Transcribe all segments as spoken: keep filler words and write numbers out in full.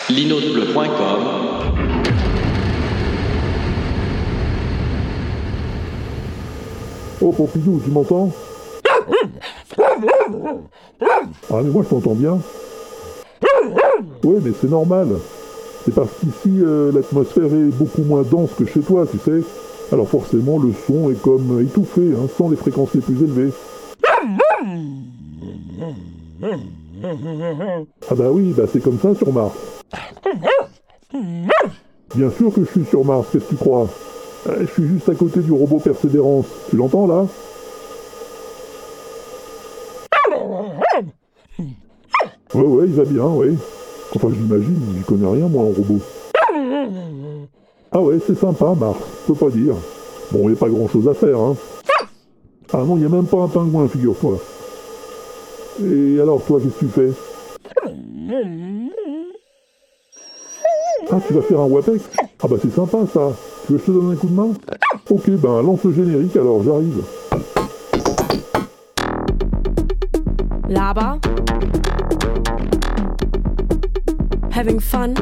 linaudible point com. Oh Pompidou, tu m'entends? Ah mais moi je t'entends bien. Ouais mais c'est normal. C'est parce qu'ici euh, l'atmosphère est beaucoup moins dense que chez toi, tu sais. Alors forcément le son est comme étouffé, hein, sans les fréquences les plus élevées. Ah bah oui, bah c'est comme ça sur Mars. Bien sûr que je suis sur Mars, qu'est-ce que tu crois? Je suis juste à côté du robot Persévérance. Tu l'entends là? Ouais ouais, il va bien, ouais. Enfin j'imagine, j'y connais rien moi en robot. Ah ouais, c'est sympa Mars, je peux pas dire. Bon, il n'y a pas grand chose à faire, hein. Ah non, il n'y a même pas un pingouin, figure-toi. Et alors toi, qu'est-ce que tu fais? Ah, tu vas faire un WAPEX? Ah bah c'est sympa ça. Tu veux que je te donne un coup de main? Ok, ben lance le générique alors, j'arrive. Laber. Having fun.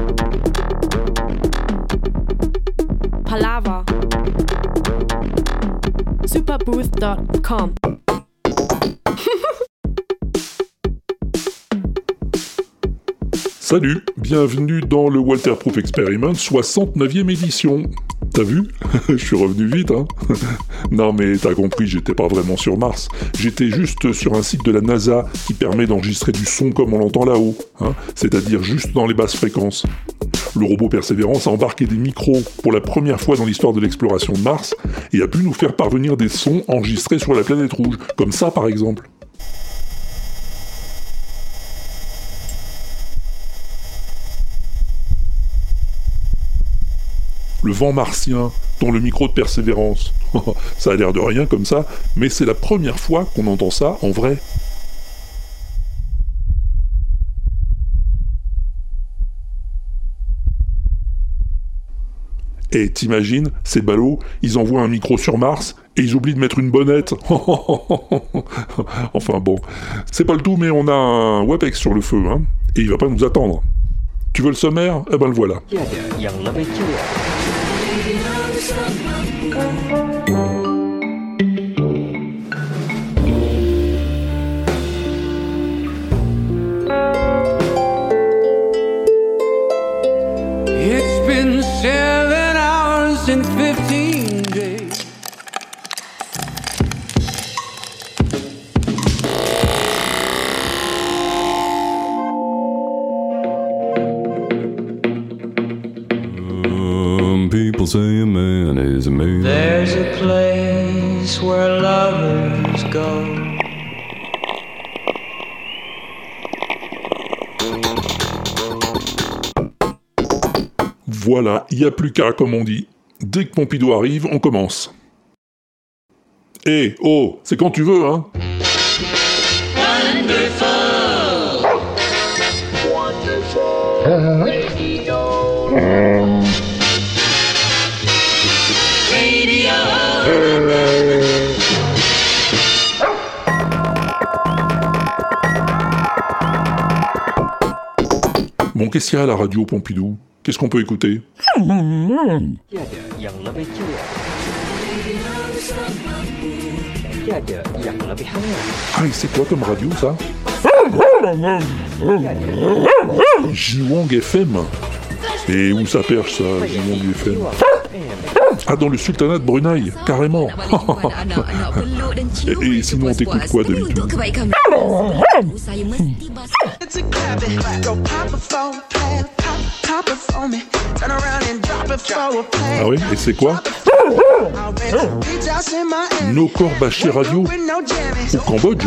Palaver. superbooth dot com. Salut, bienvenue dans le Walter Proof Experiment, soixante-neuvième édition. T'as vu? Je suis revenu vite, hein. Non mais t'as compris, j'étais pas vraiment sur Mars. J'étais juste sur un site de la NASA qui permet d'enregistrer du son comme on l'entend là-haut, hein, c'est-à-dire juste dans les basses fréquences. Le robot Persévérance a embarqué des micros pour la première fois dans l'histoire de l'exploration de Mars et a pu nous faire parvenir des sons enregistrés sur la planète rouge, comme ça par exemple. Le vent martien dans le micro de Persévérance. Ça a l'air de rien comme ça, mais c'est la première fois qu'on entend ça en vrai. Et t'imagines, ces ballots, ils envoient un micro sur Mars et ils oublient de mettre une bonnette. Enfin bon, c'est pas le tout, mais on a un WAPEX sur le feu, hein, et il va pas nous attendre. Tu veux le sommaire? Eh ben le voilà. It's been seven hours and fifteen days. Um, people say a man is a man. There's a place where lovers go. Voilà, il n'y a plus qu'à, comme on dit. Dès que Pompidou arrive, on commence. Eh, oh, c'est quand tu veux, hein. Bon, qu'est-ce qu'il y a à la radio, Pompidou? Qu'est-ce qu'on peut écouter? Ah, et c'est quoi comme radio, ça? Jiwang F M. Et où ça perche, ça, Jiwang F M? Ah, dans le sultanat de Brunei, carrément. et, et sinon, on t'écoute quoi, d'habitude? Ah oui, et c'est quoi? No Corbaché Radio au Cambodge.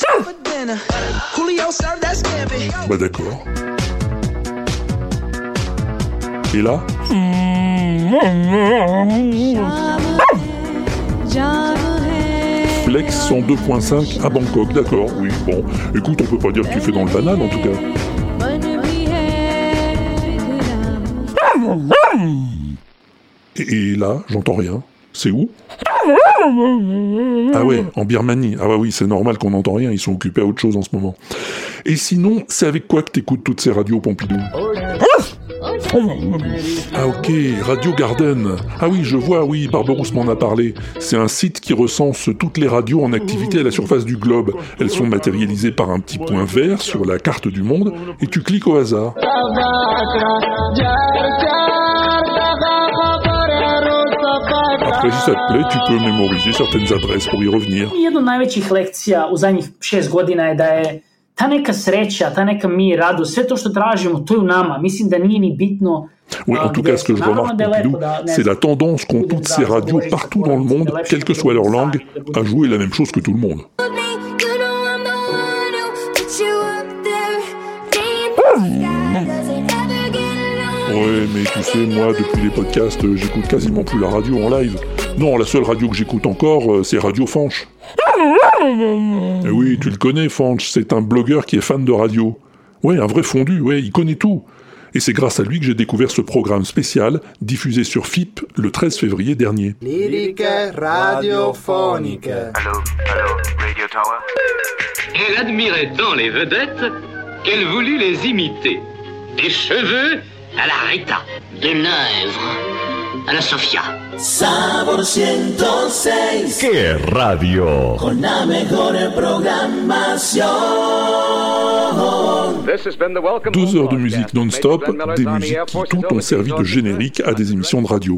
Bah d'accord. Et là? Flex cent deux point cinq à Bangkok, d'accord, oui, bon. Écoute, on peut pas dire que tu fais dans le banal en tout cas. Et, et là, j'entends rien. C'est où? Ah ouais, en Birmanie. Ah bah oui, c'est normal qu'on n'entend rien, ils sont occupés à autre chose en ce moment. Et sinon, c'est avec quoi que t'écoutes toutes ces radios, Pompidou? Ah ok, Radio Garden. Ah oui, je vois, oui, Barberousse m'en a parlé. C'est un site qui recense toutes les radios en activité à la surface du globe. Elles sont matérialisées par un petit point vert sur la carte du monde et tu cliques au hasard. Après, si ça te plaît, tu peux mémoriser certaines adresses pour y revenir. Jedna od najvećih lekcija u zadnjih šest godina je da je ta neka sreća, ta neka mir, radost, sve to što tražimo, to je u nama. Mislim da nije ni bitno. Oui, en tout cas, ce que je remarque, Pompidou, c'est la tendance qu'ont toutes ces radios partout dans le monde, quelle que soit leur langue, à jouer la même chose que tout le monde. Ouais, mais tu sais, moi, depuis les podcasts, j'écoute quasiment plus la radio en live. Non, la seule radio que j'écoute encore, c'est Radio Fanch. Et oui, tu le connais, Fanch, c'est un blogueur qui est fan de radio. Ouais, un vrai fondu, ouais, il connaît tout. Et c'est grâce à lui que j'ai découvert ce programme spécial, diffusé sur F I P le treize février dernier. Lyrique radiophonique. Allô, allô, Radio Tower. Elle admirait tant les vedettes qu'elle voulut les imiter. Des cheveux à la Rita, des lèvres à la Sofia. Sabor ciento seis. ¿Qué radio? Con la mejor programación. Deux heures de musique non-stop, des musiques qui toutes ont servi de générique à des émissions de radio.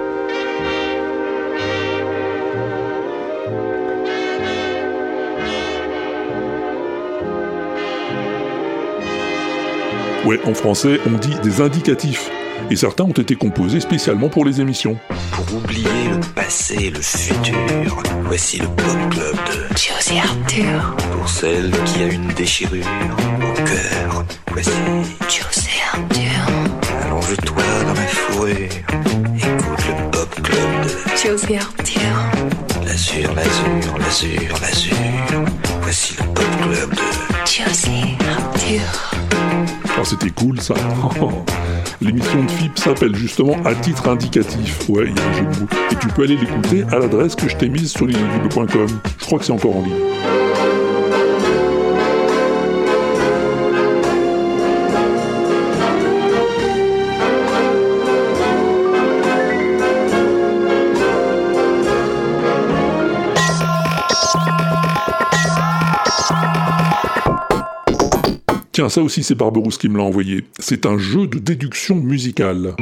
Ouais, en français, on dit des indicatifs. Et certains ont été composés spécialement pour les émissions. Pour oublier le passé et le futur, voici le Pop Club de Josie Arthur. Pour celle qui a une déchirure au cœur, voici Josie Arthur. Allonge-toi dans ma fourrure, écoute le Pop Club de Josie Arthur. L'azur, l'azur, l'azur, l'azur, voici le Pop Club de Josie Arthur. Ah, c'était cool, ça. L'émission de F I P s'appelle justement À titre indicatif. Ouais, il y a un jeu de mots. Et tu peux aller l'écouter à l'adresse que je t'ai mise sur l'inaudible point com. Je crois que c'est encore en ligne. Tiens, ça aussi c'est Barberousse qui me l'a envoyé. C'est un jeu de déduction musicale.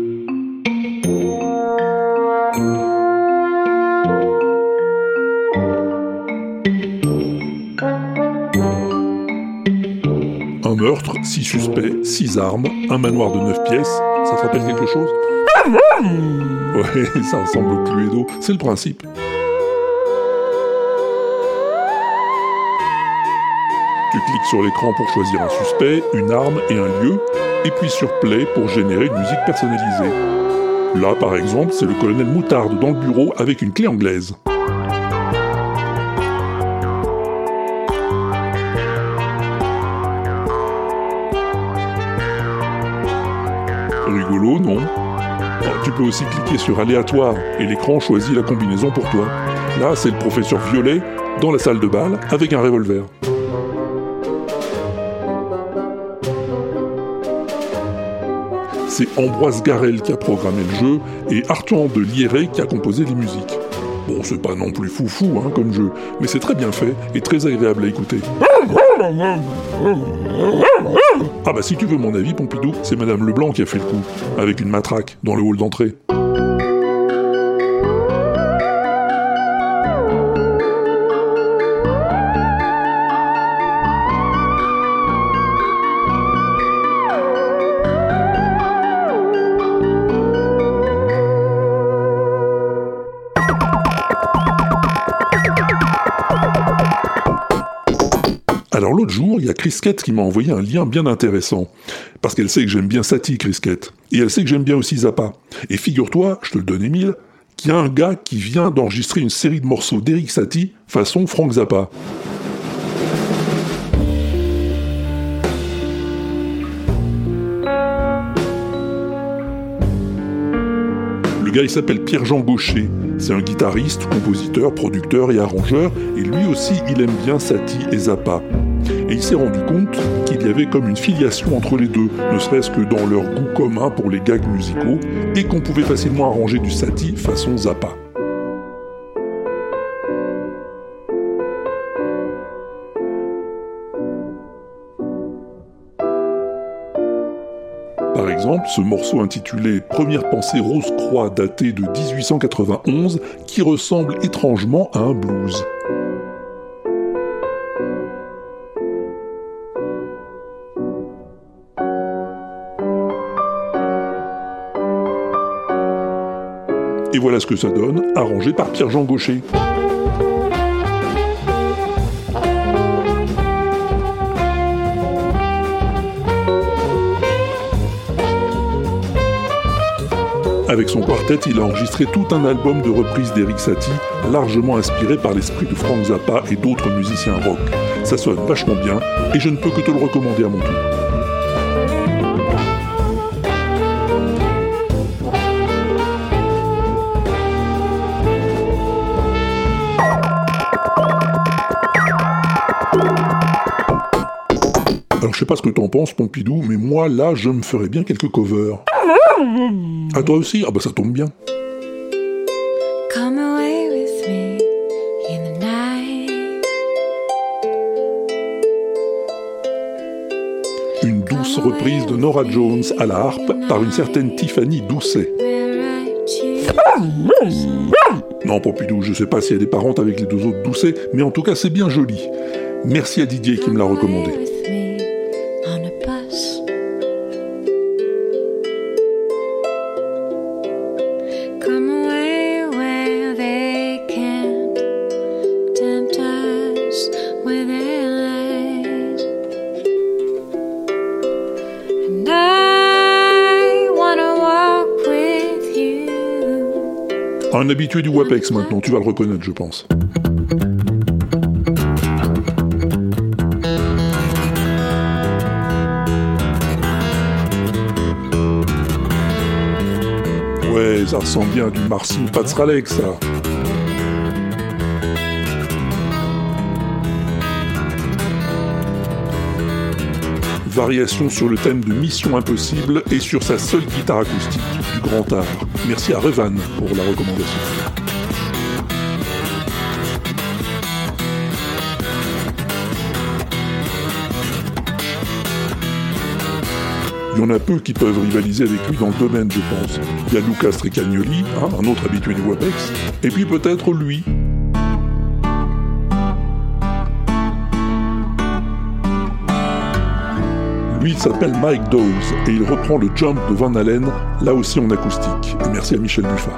Un meurtre, six suspects, six armes, un manoir de neuf pièces. Ça te rappelle quelque chose? Ouais, ça ressemble au Cluedo. C'est le principe. Tu cliques sur l'écran pour choisir un suspect, une arme et un lieu, et puis sur Play pour générer une musique personnalisée. Là, par exemple, c'est le colonel Moutarde dans le bureau avec une clé anglaise. Rigolo, non? Oh, tu peux aussi cliquer sur aléatoire, et l'écran choisit la combinaison pour toi. Là, c'est le professeur Violet dans la salle de bal avec un revolver. C'est Ambroise Garel qui a programmé le jeu et Arthur de Liéré qui a composé les musiques. Bon, c'est pas non plus foufou hein, comme jeu, mais c'est très bien fait et très agréable à écouter. Ah bah si tu veux mon avis, Pompidou, c'est Madame Leblanc qui a fait le coup, avec une matraque dans le hall d'entrée. Alors l'autre jour, il y a Chrisquette qui m'a envoyé un lien bien intéressant. Parce qu'elle sait que j'aime bien Satie, Chrisquette. Et elle sait que j'aime bien aussi Zappa. Et figure-toi, je te le donne Émile, qu'il y a un gars qui vient d'enregistrer une série de morceaux d'Eric Satie, façon Frank Zappa. Le gars, il s'appelle Pierre-Jean Gaucher. C'est un guitariste, compositeur, producteur et arrangeur, et lui aussi, il aime bien Satie et Zappa. et il s'est rendu compte qu'il y avait comme une filiation entre les deux, ne serait-ce que dans leur goût commun pour les gags musicaux, et qu'on pouvait facilement arranger du Satie façon Zappa. Par exemple, ce morceau intitulé « Première pensée Rose-Croix » daté de dix-huit cent quatre-vingt-onze, qui ressemble étrangement à un blues. Et voilà ce que ça donne, arrangé par Pierre-Jean Gaucher. Avec son quartet, il a enregistré tout un album de reprises d'Erik Satie, largement inspiré par l'esprit de Frank Zappa et d'autres musiciens rock. Ça sonne vachement bien, et je ne peux que te le recommander à mon tour. Alors je sais pas ce que t'en penses, Pompidou, mais moi là, je me ferais bien quelques covers. À toi aussi? Ah bah ça tombe bien. Come away with me in the night. Une douce reprise de Norah Jones à la harpe par une certaine Tiffany Doucet. Non, Pompidou, je sais pas si elle est parente avec les deux autres Doucet, mais en tout cas c'est bien joli. Merci à Didier qui me l'a recommandé. Un habitué du WAPEX maintenant, tu vas le reconnaître, je pense. Ouais, ça ressemble bien à du Marcin Patzralek, ça. Variation sur le thème de Mission Impossible et sur sa seule guitare acoustique, du grand art. Merci à Revan pour la recommandation. Il y en a peu qui peuvent rivaliser avec lui dans le domaine, je pense. Il y a Luca Strecagnoli, hein, un autre habitué du WAPEX, et puis peut-être lui. Lui, il s'appelle Mike Dawes et il reprend le Jump de Van Halen, là aussi en acoustique. Et merci à Michel Buffat.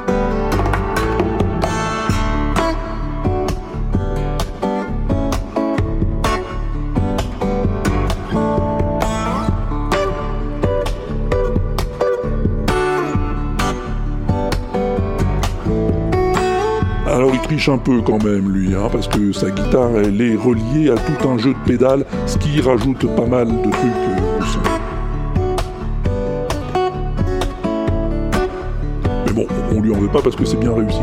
Alors il triche un peu quand même lui, hein, parce que sa guitare elle est reliée à tout un jeu de pédales, ce qui rajoute pas mal de trucs euh, au son. Mais bon, on lui en veut pas parce que c'est bien réussi.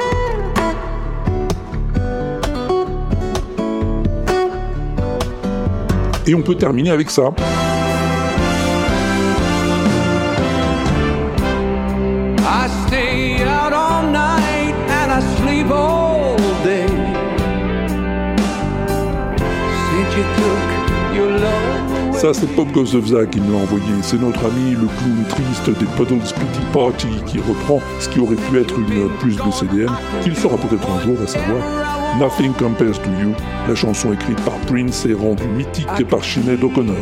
Et on peut terminer avec ça. I stay out all night and I sleep all day. Since you took your love. Ça, c'est Pop Goes the Vza qui me l'a envoyé. C'est notre ami le clown triste des Puddles Pity Party qui reprend ce qui aurait pu être une plus de C D M, qu'il sera peut-être un jour, à savoir Nothing Compares to You, la chanson écrite par Prince et rendue mythique par Sinéad O'Connor.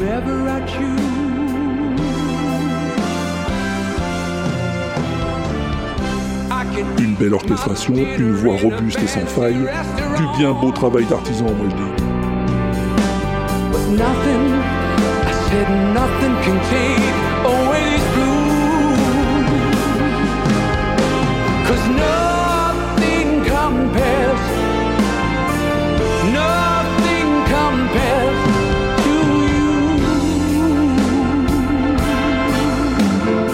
Une belle orchestration, une voix robuste et sans faille, du bien beau travail d'artisan, moi je dis. Nothing, I said nothing can take away this blue. 'Cause nothing compares, nothing compares to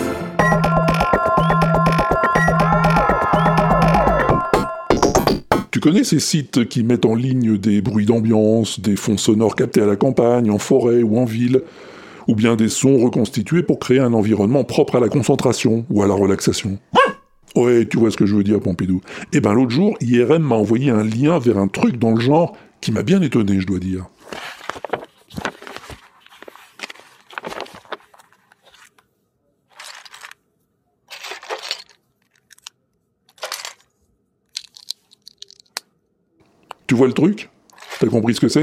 Tu Tu connais ces sites qui mettent en ligne des bruits d'ambiance, des fonds sonores captés à la campagne, en forêt ou en ville, ou bien des sons reconstitués pour créer un environnement propre à la concentration ou à la relaxation. Ouais, tu vois ce que je veux dire, Pompidou. Eh ben l'autre jour, I R M m'a envoyé un lien vers un truc dans le genre qui m'a bien étonné, je dois dire. Tu vois le truc ? T'as compris ce que c'est ?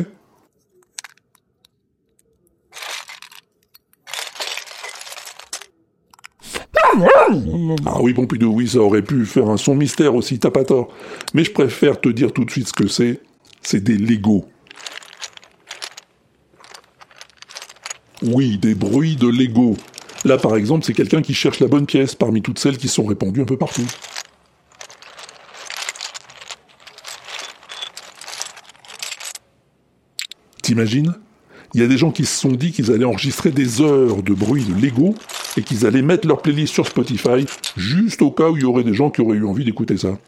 Ah oui, Pompidou, oui, ça aurait pu faire un son mystère aussi, t'as pas tort. Mais je préfère te dire tout de suite ce que c'est. C'est des Legos. Oui, des bruits de Lego. Là, par exemple, c'est quelqu'un qui cherche la bonne pièce parmi toutes celles qui sont répandues un peu partout. T'imagines ? Il y a des gens qui se sont dit qu'ils allaient enregistrer des heures de bruit de Lego et qu'ils allaient mettre leur playlist sur Spotify juste au cas où il y aurait des gens qui auraient eu envie d'écouter ça.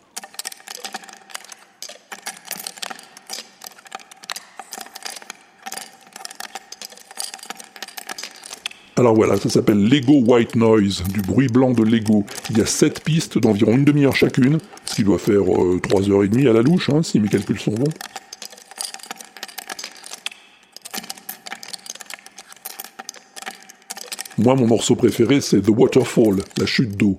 Alors voilà, ça s'appelle Lego White Noise, du bruit blanc de Lego. Il y a sept pistes d'environ une demi-heure chacune, ce qui doit faire euh, trois heures trente à la louche, hein, si mes calculs sont bons. Moi, mon morceau préféré, c'est The Waterfall, la chute d'eau.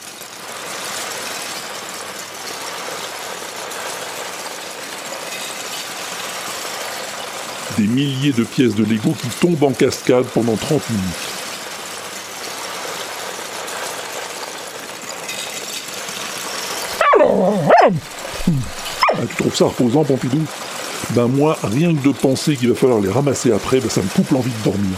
Des milliers de pièces de Lego qui tombent en cascade pendant trente minutes. Ah, tu trouves ça reposant, Pompidou ? Ben moi, rien que de penser qu'il va falloir les ramasser après, ben ça me coupe l'envie de dormir.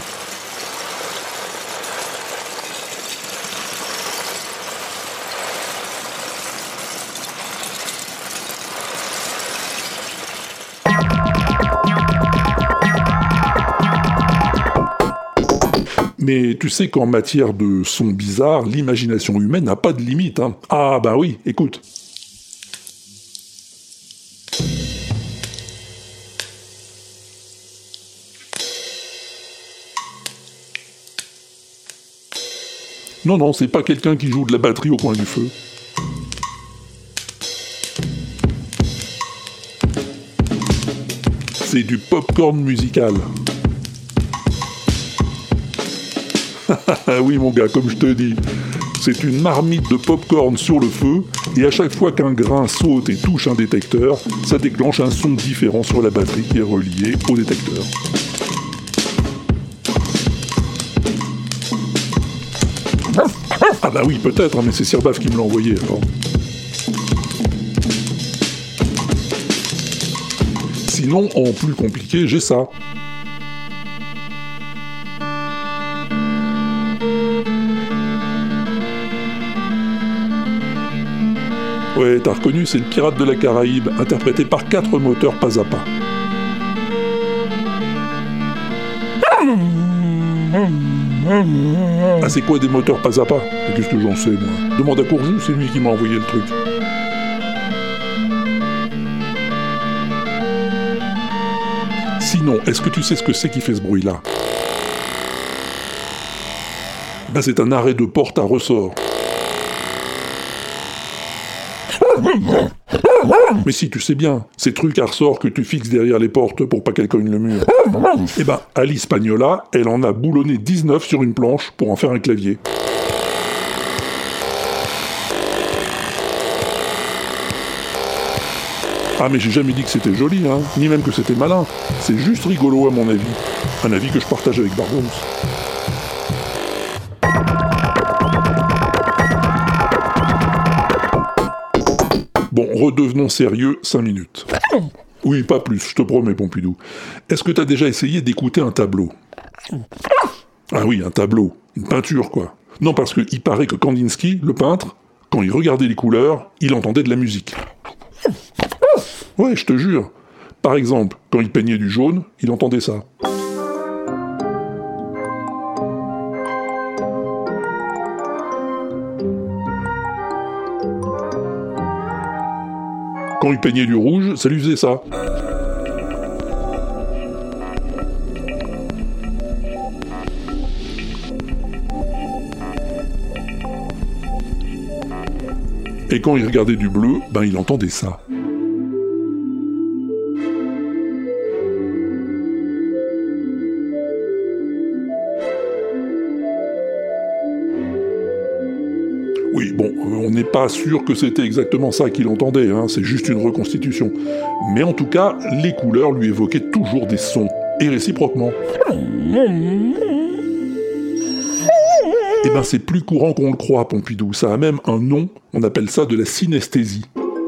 Mais tu sais qu'en matière de sons bizarres, l'imagination humaine n'a pas de limite, hein. Ah bah oui, écoute. Non, non, c'est pas quelqu'un qui joue de la batterie au coin du feu. C'est du popcorn musical. Ah oui mon gars, comme je te dis, c'est une marmite de popcorn sur le feu, et à chaque fois qu'un grain saute et touche un détecteur, ça déclenche un son différent sur la batterie qui est reliée au détecteur. Ah bah oui, peut-être, hein, mais c'est Sirbaf qui me l'a envoyé, alors. Sinon, en plus compliqué, j'ai ça. Ouais, t'as reconnu, c'est le Pirate de la Caraïbe, interprété par quatre moteurs pas à pas. Ah, c'est quoi des moteurs pas à pas ? Qu'est-ce que j'en sais, moi ? Demande à Courjou, c'est lui qui m'a envoyé le truc. Sinon, est-ce que tu sais ce que c'est qui fait ce bruit-là ? Ben, c'est un arrêt de porte à ressort. Mais si, tu sais bien, ces trucs à ressort que tu fixes derrière les portes pour pas qu'elles cognent le mur. Eh ben, Alice Pagnola, elle en a boulonné dix-neuf sur une planche pour en faire un clavier. Ah mais j'ai jamais dit que c'était joli, hein, ni même que c'était malin. C'est juste rigolo à mon avis. Un avis que je partage avec Barbos. Bon, redevenons sérieux, cinq minutes. Oui, pas plus, je te promets, Pompidou. Est-ce que t'as déjà essayé d'écouter un tableau ? Ah oui, un tableau. Une peinture, quoi. Non, parce qu'il paraît que Kandinsky, le peintre, quand il regardait les couleurs, il entendait de la musique. Ouais, je te jure. Par exemple, quand il peignait du jaune, il entendait ça. Quand il peignait du rouge, ça lui faisait ça. Et quand il regardait du bleu, ben il entendait ça. Oui, bon, on n'est pas sûr que c'était exactement ça qu'il entendait, hein, c'est juste une reconstitution. Mais en tout cas, les couleurs lui évoquaient toujours des sons, et réciproquement. Eh ben c'est plus courant qu'on le croit, Pompidou, ça a même un nom, on appelle ça de la synesthésie.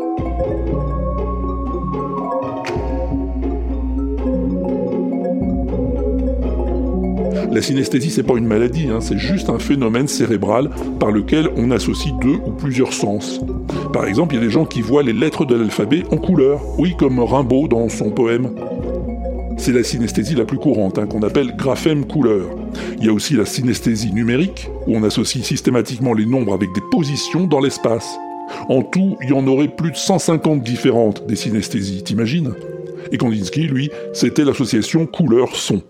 La synesthésie, c'est pas une maladie, hein, c'est juste un phénomène cérébral par lequel on associe deux ou plusieurs sens. Par exemple, il y a des gens qui voient les lettres de l'alphabet en couleur, oui, comme Rimbaud dans son poème. C'est la synesthésie la plus courante, hein, qu'on appelle graphème couleur. Il y a aussi la synesthésie numérique, où on associe systématiquement les nombres avec des positions dans l'espace. En tout, il y en aurait plus de cent cinquante différentes des synesthésies, t'imagines ? Et Kandinsky, lui, c'était l'association couleur-son.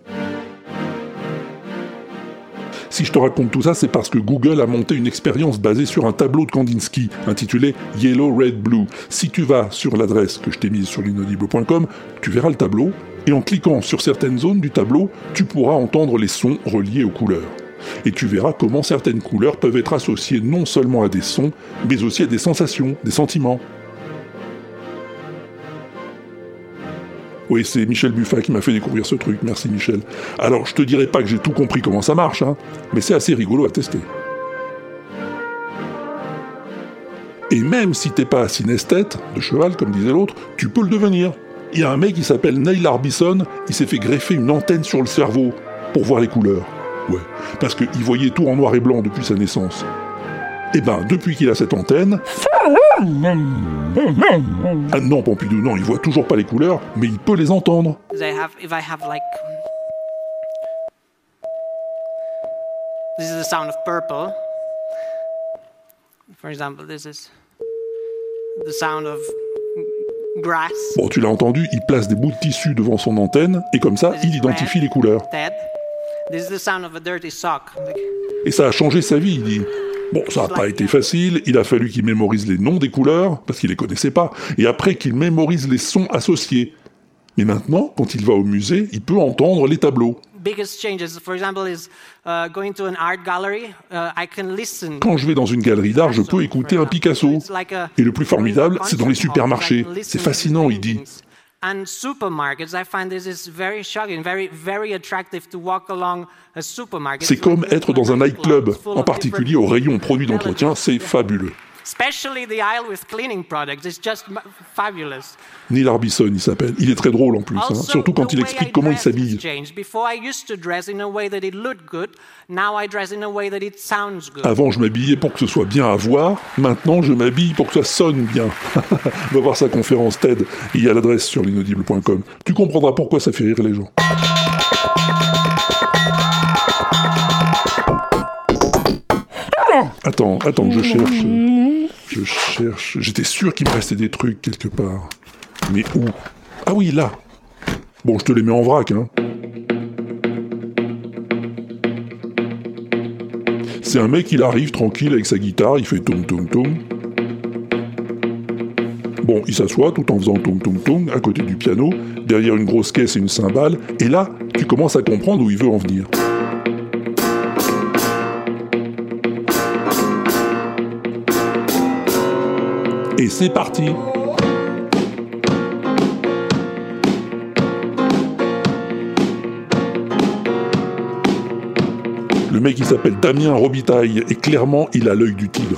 Si je te raconte tout ça, c'est parce que Google a monté une expérience basée sur un tableau de Kandinsky, intitulé Yellow, Red, Blue. Si tu vas sur l'adresse que je t'ai mise sur l'inaudible point com, tu verras le tableau, et en cliquant sur certaines zones du tableau, tu pourras entendre les sons reliés aux couleurs. Et tu verras comment certaines couleurs peuvent être associées non seulement à des sons, mais aussi à des sensations, des sentiments. Oui, c'est Michel Buffat qui m'a fait découvrir ce truc, merci Michel. Alors, je te dirai pas que j'ai tout compris comment ça marche, hein, mais c'est assez rigolo à tester. Et même si t'es pas synesthète, de cheval comme disait l'autre, tu peux le devenir. Il y a un mec qui s'appelle Neil Harbisson, il s'est fait greffer une antenne sur le cerveau pour voir les couleurs. Ouais, parce qu'il voyait tout en noir et blanc depuis sa naissance. Et ben, depuis qu'il a cette antenne... Ah non, Pompidou, non, il voit toujours pas les couleurs, mais il peut les entendre. Have, if I have like... This is the sound of purple. For example, this is the sound of grass. Bon, tu l'as entendu, il place des bouts de tissu devant son antenne, et comme ça, il identifie les couleurs. This is the sound of a dirty sock. Et ça a changé sa vie, il dit. Bon, ça n'a pas été facile, il a fallu qu'il mémorise les noms des couleurs, parce qu'il les connaissait pas, et après qu'il mémorise les sons associés. Mais maintenant, quand il va au musée, il peut entendre les tableaux. Quand je vais dans une galerie d'art, je peux écouter un Picasso. Et le plus formidable, c'est dans les supermarchés. C'est fascinant, il dit. And supermarkets, I find this is very shocking, very, very attractive to walk along a supermarket. C'est comme être dans un nightclub, en particulier au rayon produits d'entretien, c'est fabuleux. Especially the aisle with cleaning products, it's just fabulous. Neil Harbisson, il s'appelle. Il est très drôle en plus, hein, surtout quand il explique comment il s'habille. Avant, je m'habillais pour que ce soit bien à voir. Maintenant, je m'habille pour que ça sonne bien. Va voir sa conférence TED. Il y a l'adresse sur l'inaudible point com. Tu comprendras pourquoi ça fait rire les gens. Attends, attends, je cherche. Je cherche. J'étais sûr qu'il me restait des trucs quelque part. Mais où ? Ah oui, là. Bon, je te les mets en vrac, hein. C'est un mec, il arrive tranquille avec sa guitare, il fait toum toum toum. Bon, il s'assoit tout en faisant toum toum toum à côté du piano, derrière une grosse caisse et une cymbale, et là, tu commences à comprendre où il veut en venir. Et c'est parti. Le mec il s'appelle Damien Robitaille et clairement il a l'œil du tigre.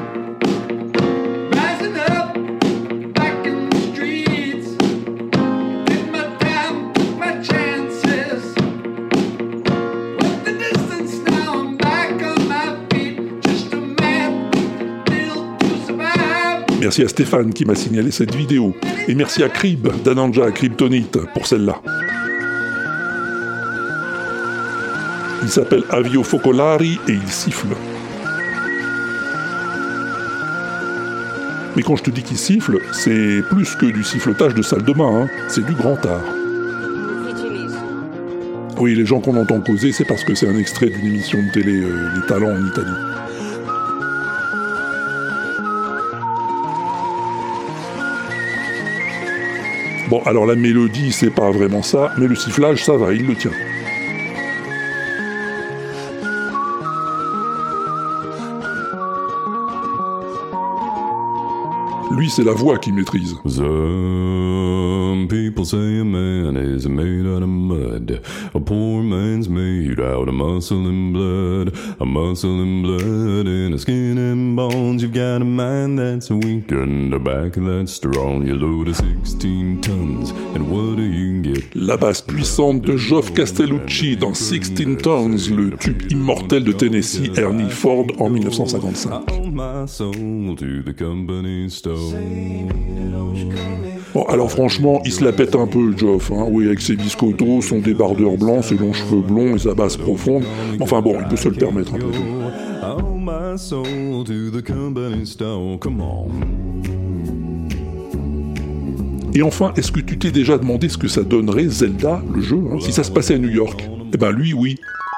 Merci à Stéphane qui m'a signalé cette vidéo. Et merci à Crib, d'Ananja Kryptonite, pour celle-là. Il s'appelle Avio Focolari et il siffle. Mais quand je te dis qu'il siffle, c'est plus que du siffletage de salle de bain, hein. C'est du grand art. Oui, les gens qu'on entend causer, c'est parce que c'est un extrait d'une émission de télé, euh, Les Talents en Italie. Bon, alors la mélodie, c'est pas vraiment ça, mais le sifflage, ça va, il le tient. Lui, c'est la voix qu'il maîtrise. Some people say a man is made out of mud. A poor man's made out of muscle and blood. A muscle and blood and a skin and bones. You've got a mind that's weak and a back that's strong. You load a sixteen tons and what do you get? La basse puissante de Geoff Castellucci dans sixteen tons, le tube immortel de Tennessee, Ernie Ford en dix-neuf cent cinquante-cinq. Bon, alors franchement, il se la pète un peu, Geoff, hein. Oui, avec ses biscottos, son débardeur blanc, ses longs cheveux blonds et sa basse profonde. Enfin bon, il peut se le permettre un peu. Et enfin, est-ce que tu t'es déjà demandé ce que ça donnerait, Zelda, le jeu, hein, si ça se passait à New York? Eh ben lui, oui.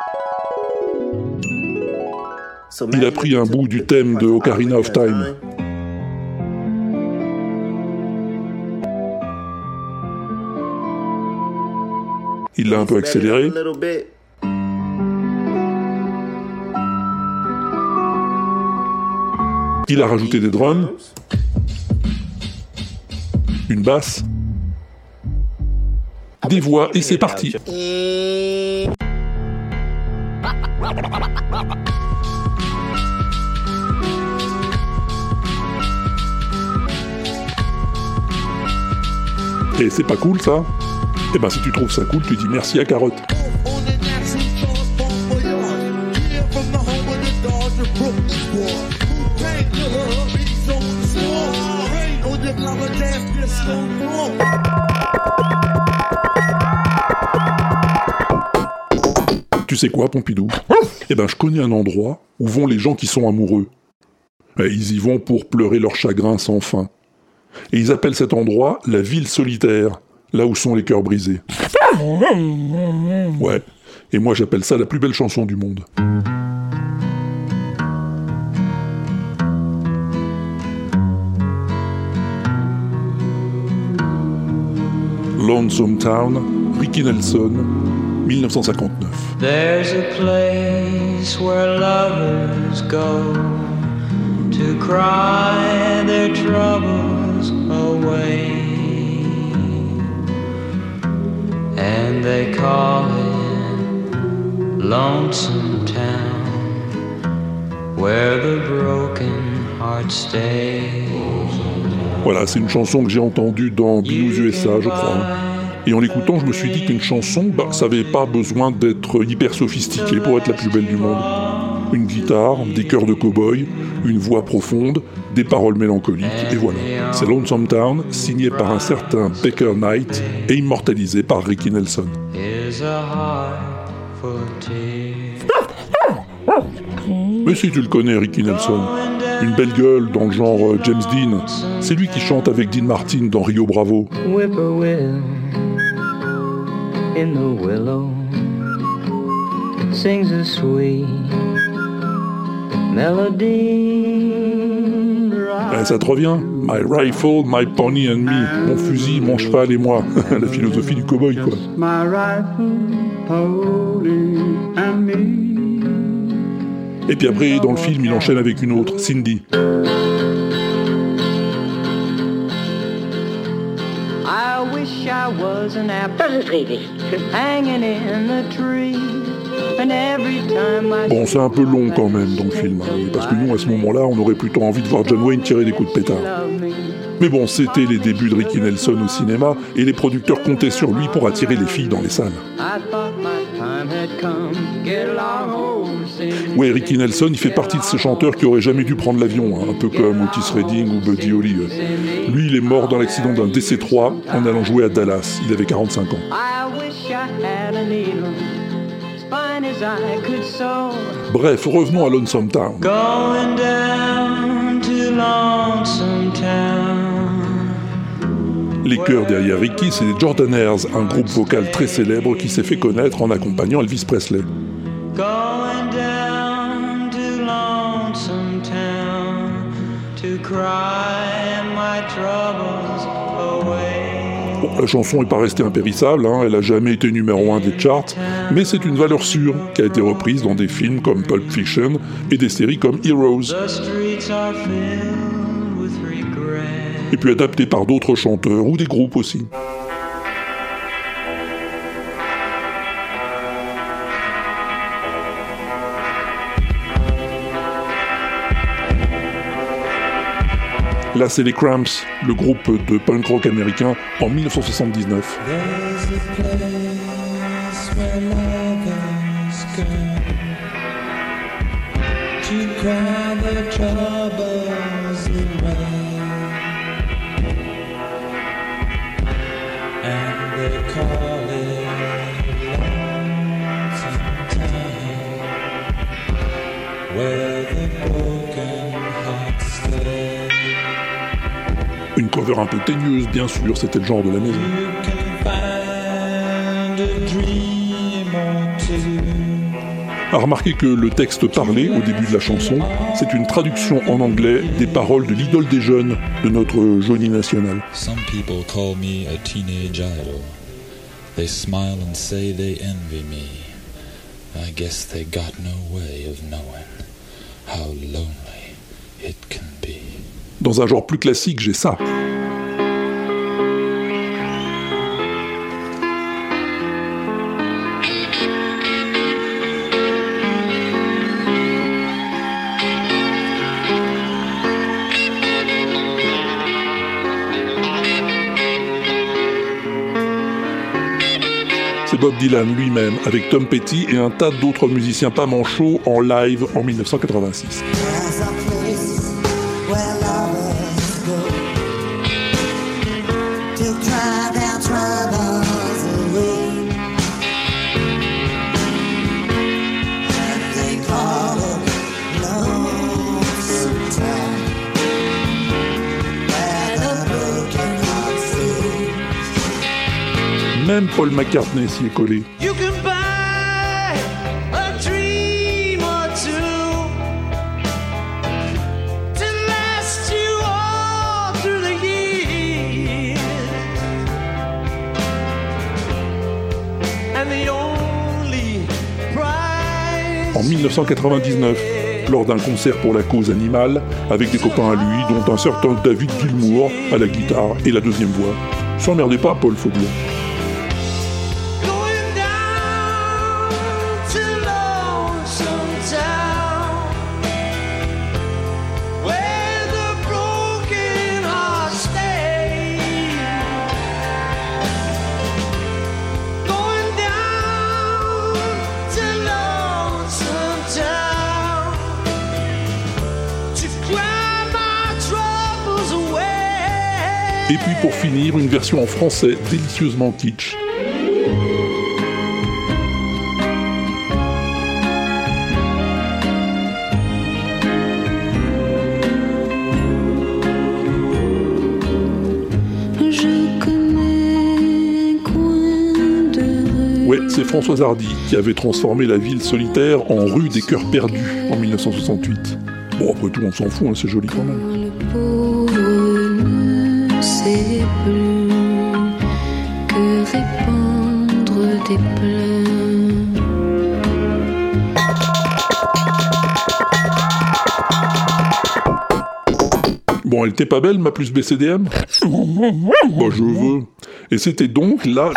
Il a pris un bout du thème de Ocarina of Time. Il l'a un peu accéléré. Il a rajouté des drums, une basse, des voix, et c'est parti. Et c'est pas cool ça? Eh ben si tu trouves ça cool, tu dis merci à Carotte. Tu sais quoi, Pompidou? Eh ben je connais un endroit où vont les gens qui sont amoureux. Et ils y vont pour pleurer leur chagrin sans fin. Et ils appellent cet endroit la ville solitaire, là où sont les cœurs brisés. Ouais, et moi j'appelle ça la plus belle chanson du monde. Lonesome Town, Ricky Nelson, dix-neuf cent cinquante-neuf. There's a place where lovers go to cry their troubles away, and they call it Lonesome Town, where the broken hearts stay. Voilà, c'est une chanson que j'ai entendue dans Blues U S A, je crois. Et en l'écoutant, je me suis dit qu'une chanson, bah, ça n'avait pas besoin d'être hyper sophistiquée pour être la plus belle du monde. Une guitare, des chœurs de cow-boy, une voix profonde, des paroles mélancoliques, et voilà. C'est Lonesome Town, signé par un certain Baker Knight et immortalisé par Ricky Nelson. Mais si tu le connais, Ricky Nelson. Une belle gueule dans le genre James Dean. C'est lui qui chante avec Dean Martin dans Rio Bravo. Whippoorwill in the willow sings a sweet melody. Ben, ça te revient? My rifle, my pony and me. Mon fusil, mon cheval et moi. La philosophie du cow-boy, quoi. My rifle, pony and me. Et puis après, dans le film, il enchaîne avec une autre, Cindy. I wish I was an apple hanging in the tree. And every time I... Bon, c'est un peu long quand même dans le film, hein, parce que nous, à ce moment-là, on aurait plutôt envie de voir John Wayne tirer des coups de pétard. Mais bon, c'était les débuts de Ricky Nelson au cinéma, et les producteurs comptaient sur lui pour attirer les filles dans les salles. Ouais, Ricky Nelson, il fait partie de ces chanteurs qui auraient jamais dû prendre l'avion, hein, un peu comme Otis Redding ou Buddy Holly. Lui, il est mort dans l'accident d'un D C trois en allant jouer à Dallas. Il avait quarante-cinq ans. Bref, revenons à Lonesome Town. Going down to Lonesome Les chœurs derrière Ricky, c'est les Jordanaires, un groupe vocal très célèbre qui s'est fait connaître en accompagnant Elvis Presley. Going down to Lonesome Town to cry my troubles away. Bon, la chanson n'est pas restée impérissable, hein, elle n'a jamais été numéro un des charts, mais c'est une valeur sûre qui a été reprise dans des films comme Pulp Fiction et des séries comme Heroes. The streets are filled with regret. Et puis adaptée par d'autres chanteurs ou des groupes aussi. Là, c'est les Cramps, le groupe de punk rock américain en dix-neuf cent soixante-dix-neuf. Une cover un peu teigneuse, bien sûr, c'était le genre de la maison. A remarquer que le texte parlé au début de la chanson, c'est une traduction en anglais des paroles de l'idole des jeunes de notre Johnny National. Some people call me a teenage idol. They smile and say they envy me. I guess they got no way of knowing how lonely it can be. Dans un genre plus classique, j'ai ça. C'est Bob Dylan lui-même, avec Tom Petty et un tas d'autres musiciens pas manchots en live en dix-neuf cent quatre-vingt-six. Même Paul McCartney s'y est collé. You can buy a dream or two to last you all through the years, and the only prize. En dix-neuf cent quatre-vingt-dix-neuf, lors d'un concert pour la cause animale, avec des copains à lui, dont un certain David Gilmour à la guitare et la deuxième voix. S'emmerdez pas, Paul, faut dire. Et puis pour finir, une version en français délicieusement kitsch. Ouais, c'est Françoise Hardy qui avait transformé la ville solitaire en rue des cœurs perdus en dix-neuf cent soixante-huit. Bon, après tout, on s'en fout, hein, c'est joli quand même. C'est plus que répandre des pleurs. Bon, elle était pas belle, ma plus B C D M? Bah, je veux. Et c'était donc la...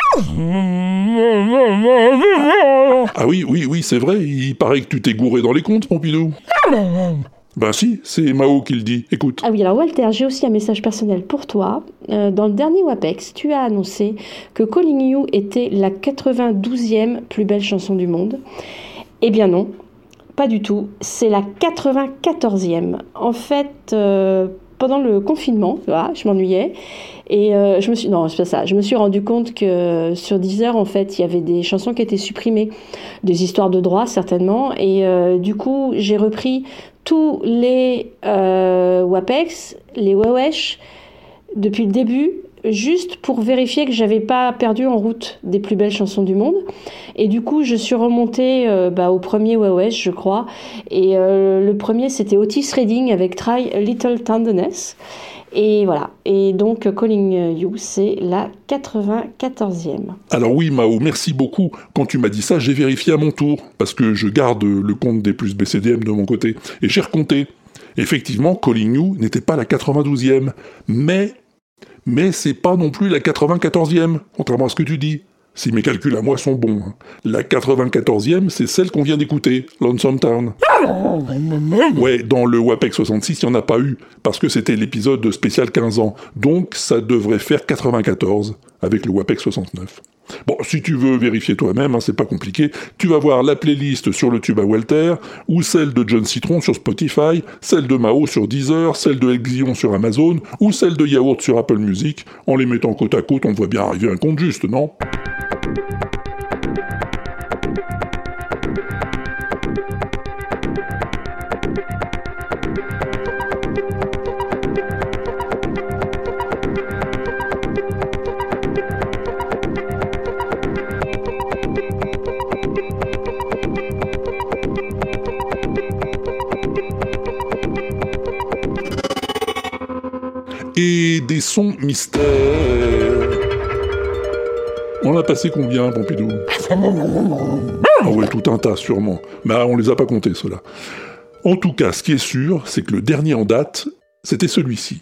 Ah oui, oui, oui, c'est vrai, il paraît que tu t'es gouré dans les comptes, Pompidou. Ben si, c'est Mao qui le dit, écoute. Ah oui, alors Walter, j'ai aussi un message personnel pour toi. Euh, dans le dernier WAPEX, tu as annoncé que Calling You était la quatre-vingt-douzième plus belle chanson du monde. Eh bien non, pas du tout, c'est la quatre-vingt-quatorzième. En fait, euh, pendant le confinement, tu vois, je m'ennuyais. Et euh, je me suis, non, c'est pas ça. Je me suis rendu compte que sur Deezer, en fait, il y avait des chansons qui étaient supprimées, des histoires de droit certainement. Et euh, du coup, j'ai repris tous les euh, WAPEX, les Wewesh, depuis le début, juste pour vérifier que j'avais pas perdu en route des plus belles chansons du monde. Et du coup, je suis remontée euh, bah, au premier Wewesh, je crois. Et euh, le premier, c'était Otis Redding avec Try a Little Tenderness. Et voilà. Et donc, Calling You, c'est la quatre-vingt-quatorzième. Alors oui, Mao, merci beaucoup. Quand tu m'as dit ça, j'ai vérifié à mon tour, parce que je garde le compte des plus B C D M de mon côté. Et j'ai recompté. Effectivement, Calling You n'était pas la quatre-vingt-douzième. Mais, mais c'est pas non plus la quatre-vingt-quatorzième, contrairement à ce que tu dis. Si mes calculs à moi sont bons. La quatre-vingt-quatorzième, c'est celle qu'on vient d'écouter, Lonesome Town. Ouais, dans le WAPEX soixante-six, il n'y en a pas eu, parce que c'était l'épisode spécial quinze ans. Donc, ça devrait faire quatre-vingt-quatorze, avec le WAPEX soixante-neuf. Bon, si tu veux vérifier toi-même, hein, c'est pas compliqué, tu vas voir la playlist sur le tube à Walter, ou celle de John Citron sur Spotify, celle de Mao sur Deezer, celle de Exion sur Amazon, ou celle de Yaourt sur Apple Music. En les mettant côte à côte, on voit bien arriver à un compte juste, non ? Et des sons mystères. On a passé combien, Pompidou ? Ah ouais, tout un tas, sûrement. Mais on les a pas comptés, ceux-là. En tout cas, ce qui est sûr, c'est que le dernier en date, c'était celui-ci.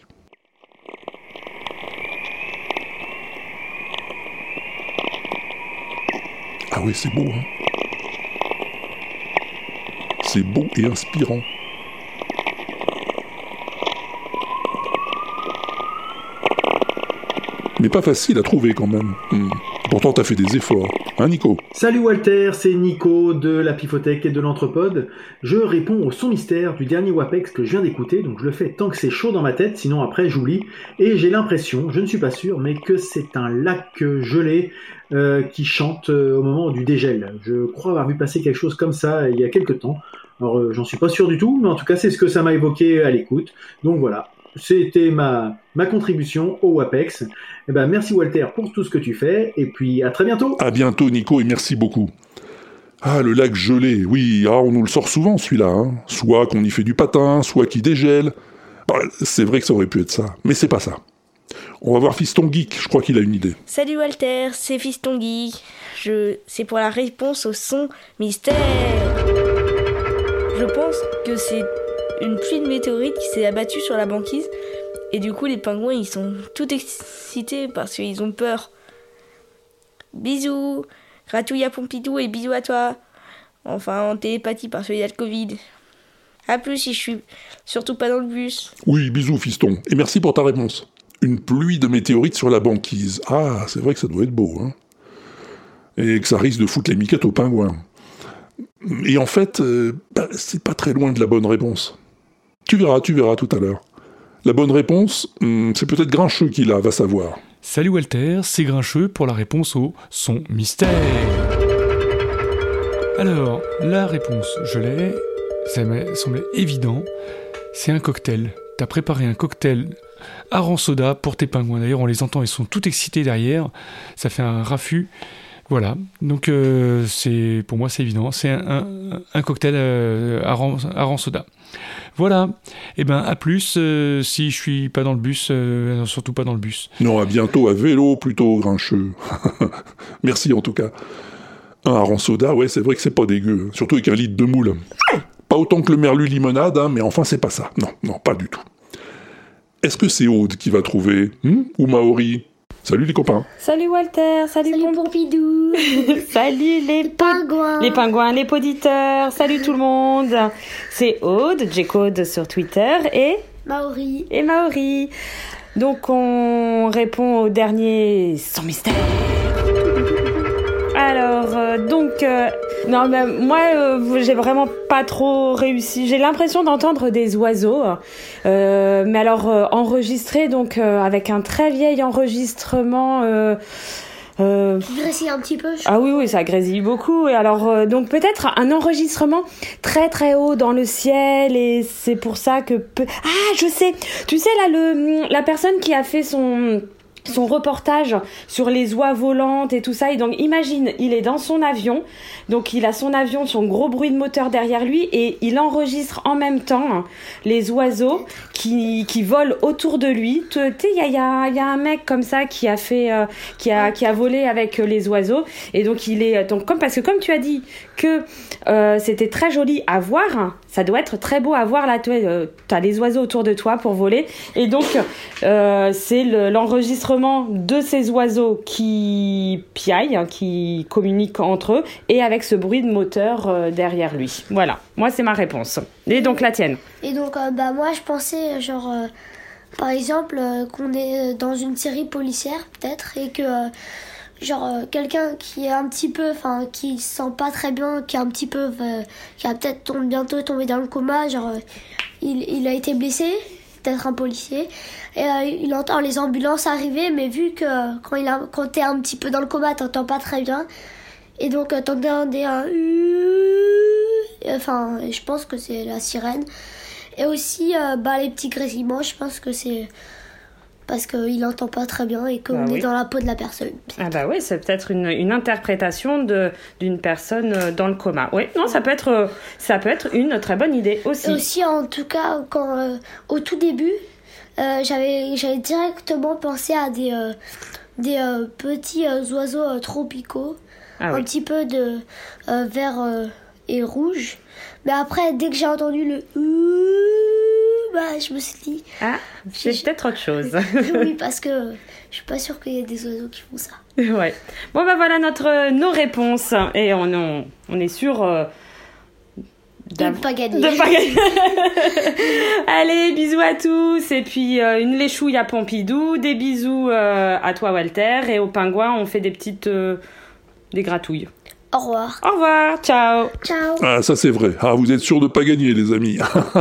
Ah ouais, c'est beau, hein ? C'est beau et inspirant. Mais pas facile à trouver quand même. Hmm. Pourtant t'as fait des efforts, hein Nico ? Salut Walter, c'est Nico de la Pifothèque et de l'Anthropode. Je réponds au son mystère du dernier WAPEX que je viens d'écouter, donc je le fais tant que c'est chaud dans ma tête, sinon après j'oublie. Et j'ai l'impression, je ne suis pas sûr, mais que c'est un lac gelé euh, qui chante euh, au moment du dégel. Je crois avoir vu passer quelque chose comme ça il y a quelques temps. Alors euh, j'en suis pas sûr du tout, mais en tout cas c'est ce que ça m'a évoqué à l'écoute. Donc voilà. C'était ma, ma contribution au WAPEX. Eh ben, merci Walter pour tout ce que tu fais, et puis à très bientôt. À bientôt Nico, et merci beaucoup. Ah, le lac gelé, oui, ah, on nous le sort souvent celui-là. Hein. Soit qu'on y fait du patin, soit qu'il dégèle. Bah, c'est vrai que ça aurait pu être ça, mais c'est pas ça. On va voir Fiston Geek, je crois qu'il a une idée. Salut Walter, c'est Fiston Geek. Je... C'est pour la réponse au son mystère. Je pense que c'est une pluie de météorites qui s'est abattue sur la banquise. Et du coup, les pingouins, ils sont tout excités parce qu'ils ont peur. Bisous, gratouille à Pompidou et bisous à toi. Enfin, en télépathie parce qu'il y a le Covid. A plus si je suis surtout pas dans le bus. Oui, bisous fiston. Et merci pour ta réponse. Une pluie de météorites sur la banquise. Ah, c'est vrai que ça doit être beau, hein. Et que ça risque de foutre les miquettes aux pingouins. Et en fait, euh, bah, c'est pas très loin de la bonne réponse. Tu verras, tu verras tout à l'heure. La bonne réponse, hum, c'est peut-être Grincheux qui l'a, va savoir. Salut Walter, c'est Grincheux pour la réponse au son mystère. Alors, la réponse, je l'ai, ça m'a semblé évident, c'est un cocktail. T'as préparé un cocktail hareng soda pour tes pingouins. D'ailleurs, on les entend, ils sont tout excités derrière, ça fait un raffut. Voilà, donc euh, c'est, pour moi c'est évident, c'est un, un, un cocktail euh, hareng soda. Voilà, et ben à plus euh, si je suis pas dans le bus, euh, surtout pas dans le bus. Non, à bientôt à vélo plutôt, Grincheux. Merci en tout cas. Un hareng soda, ouais, c'est vrai que c'est pas dégueu, surtout avec un litre de moule. Pas autant que le merlu limonade, hein, mais enfin c'est pas ça. Non, non, pas du tout. Est-ce que c'est Aude qui va trouver, hmm, ou Maori ? Salut les copains. Salut Walter, salut, salut Pompidou. Salut les pingouins. Les pingouins, les poditeurs, salut tout le monde. C'est Aude, J-Code sur Twitter et Maori. Et Maori. Donc on répond au dernier sans mystère. Alors, euh, donc, euh, Non, mais moi, euh, j'ai vraiment pas trop réussi. J'ai l'impression d'entendre des oiseaux, euh, mais alors euh, enregistrés donc euh, avec un très vieil enregistrement. Euh, euh, Qui grésille un petit peu. Ah oui, oui, ça grésille beaucoup. Et alors, euh, donc peut-être un enregistrement très très haut dans le ciel, et c'est pour ça que. Peu... Ah, je sais. Tu sais là, le la personne qui a fait son son reportage sur les oies volantes et tout ça, et donc imagine, il est dans son avion, donc il a son avion, son gros bruit de moteur derrière lui, et il enregistre en même temps hein, les oiseaux qui, qui volent autour de lui. Tu sais, il y a, y, a, y a un mec comme ça qui a fait, euh, qui a, qui a volé avec les oiseaux, et donc il est, donc comme parce que comme tu as dit que euh, c'était très joli à voir, ça doit être très beau à voir là. Tu euh, as les oiseaux autour de toi pour voler, et donc euh, c'est le, l'enregistrement de ces oiseaux qui piaillent, hein, qui communiquent entre eux, et avec ce bruit de moteur euh, derrière lui. Voilà, moi c'est ma réponse. Et donc la tienne. Et donc euh, bah moi je pensais genre euh, par exemple euh, qu'on est dans une série policière peut-être, et que euh, genre euh, quelqu'un qui est un petit peu, enfin qui se sent pas très bien, qui est un petit peu, euh, qui va peut-être tomber, bientôt tomber dans le coma, genre euh, il, il a été blessé, peut-être un policier, et euh, il entend les ambulances arriver, mais vu que euh, quand, il a, quand t'es un petit peu dans le coma, t'entends pas très bien, et donc euh, t'entends des un enfin je pense que c'est la sirène, et aussi euh, bah, les petits grésillements, je pense que c'est parce qu'il entend pas très bien et qu'on bah, est oui. dans la peau de la personne. Ah bah oui, c'est peut-être une, une interprétation de, d'une personne dans le coma. Oui, non, ça peut être, ça peut être une très bonne idée aussi. Et aussi, en tout cas, quand, euh, au tout début, euh, j'avais, j'avais directement pensé à des, euh, des euh, petits euh, oiseaux euh, tropicaux, ah, un oui. petit peu de euh, vert euh, et rouge. Mais après, dès que j'ai entendu le bah, je me suis dit... Ah, c'est je... peut-être autre chose. Oui, parce que je suis pas sûre qu'il y ait des oiseaux qui font ça. Ouais. Bon, bah voilà notre, nos réponses. Et on, on, on est sûr... Euh, de ne pas gagner. De pas gagner. Allez, bisous à tous. Et puis, euh, une léchouille à Pompidou. Des bisous euh, à toi, Walter. Et au pingouin, on fait des petites... Euh, des gratouilles. Au revoir. Au revoir. Ciao. Ciao. Ah, ça c'est vrai. Ah, vous êtes sûrs de pas gagner, les amis.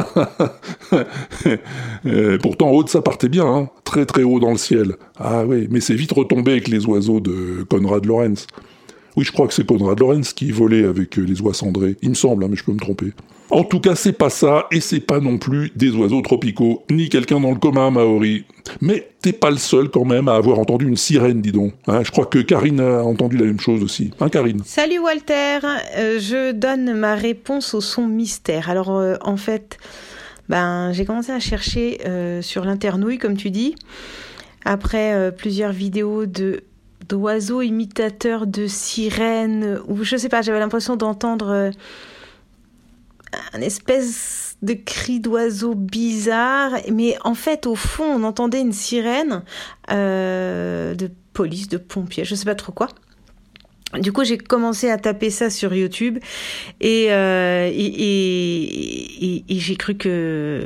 euh, pourtant, Aude, ça partait bien, hein. Très très haut dans le ciel. Ah oui, mais c'est vite retombé avec les oiseaux de Konrad Lorenz. Oui, je crois que c'est Konrad Lorenz qui volait avec les oies cendrées. Il me semble, hein, mais je peux me tromper. En tout cas, c'est pas ça, et c'est pas non plus des oiseaux tropicaux, ni quelqu'un dans le coma maori. Mais t'es pas le seul quand même à avoir entendu une sirène, dis donc. Hein, je crois que Karine a entendu la même chose aussi. Hein, Karine ? Salut Walter, euh, je donne ma réponse au son mystère. Alors euh, en fait, ben j'ai commencé à chercher euh, sur l'internouille, comme tu dis, après euh, plusieurs vidéos de d'oiseaux imitateurs de sirènes, ou je sais pas, j'avais l'impression d'entendre euh, un espèce de cri d'oiseau bizarre, mais en fait au fond on entendait une sirène euh, de police, de pompiers, je sais pas trop quoi. Du coup j'ai commencé à taper ça sur YouTube et, euh, et, et, et, et j'ai cru que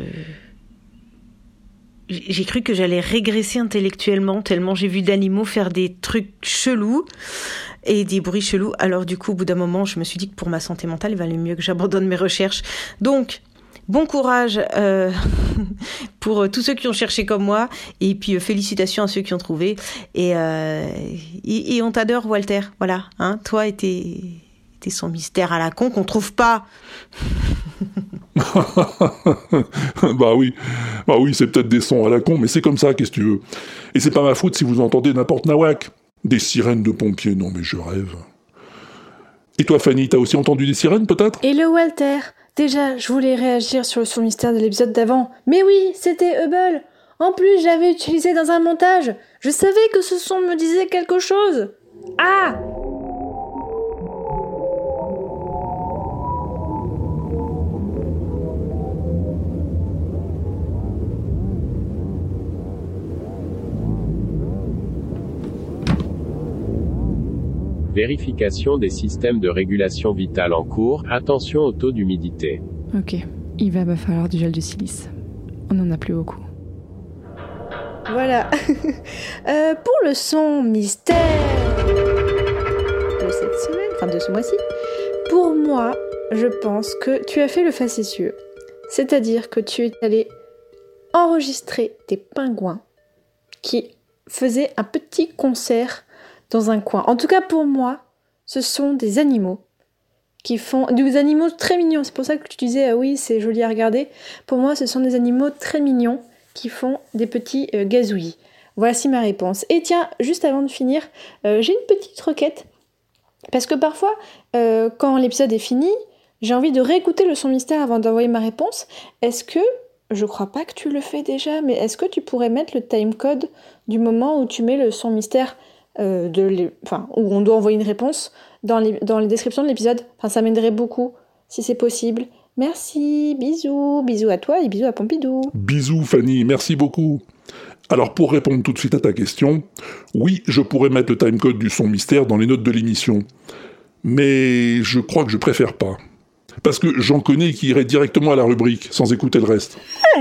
j'ai cru que j'allais régresser intellectuellement tellement j'ai vu d'animaux faire des trucs chelous et des bruits chelous. Alors du coup, au bout d'un moment, je me suis dit que pour ma santé mentale, il valait mieux que j'abandonne mes recherches. Donc, bon courage euh, pour tous ceux qui ont cherché comme moi, et puis euh, félicitations à ceux qui ont trouvé. Et, euh, et, et on t'adore, Walter. Voilà, hein, toi et tes, tes sons mystères à la con qu'on trouve pas. bah oui, bah oui, c'est peut-être des sons à la con, mais c'est comme ça, qu'est-ce que tu veux. Et c'est pas ma faute si vous entendez n'importe nawak. Des sirènes de pompiers, non mais je rêve. Et toi Fanny, t'as aussi entendu des sirènes peut-être ? Hello Walter, déjà je voulais réagir sur le son mystère de l'épisode d'avant. Mais oui, c'était Hubble. En plus, je l'avais utilisé dans un montage. Je savais que ce son me disait quelque chose. Ah ! Vérification des systèmes de régulation vitale en cours. Attention au taux d'humidité. Ok, il va me falloir du gel de silice. On n'en a plus beaucoup. Voilà. euh, pour le son mystère de cette semaine, enfin de ce mois-ci, Pour moi, je pense que tu as fait le facétieux. C'est-à-dire que tu es allé enregistrer tes pingouins qui faisaient un petit concert dans un coin. En tout cas, pour moi, ce sont des animaux qui font... des animaux très mignons. C'est pour ça que tu disais, ah oui, c'est joli à regarder. Pour moi, ce sont des animaux très mignons qui font des petits euh, gazouillis. Voici ma réponse. Et tiens, juste avant de finir, euh, j'ai une petite requête. Parce que parfois, euh, quand l'épisode est fini, j'ai envie de réécouter le son mystère avant d'envoyer ma réponse. Est-ce que, je crois pas que tu le fais déjà, mais est-ce que tu pourrais mettre le timecode du moment où tu mets le son mystère, euh, de l'é... enfin, où on doit envoyer une réponse dans les, dans les descriptions de l'épisode? Enfin, ça m'aiderait beaucoup, si c'est possible. Merci, bisous, bisous à toi et bisous à Pompidou. Bisous Fanny, merci beaucoup. Alors pour répondre tout de suite à ta question, oui, je pourrais mettre le timecode du son mystère dans les notes de l'émission. Mais je crois que je préfère pas. Parce que j'en connais qui iraient directement à la rubrique, sans écouter le reste.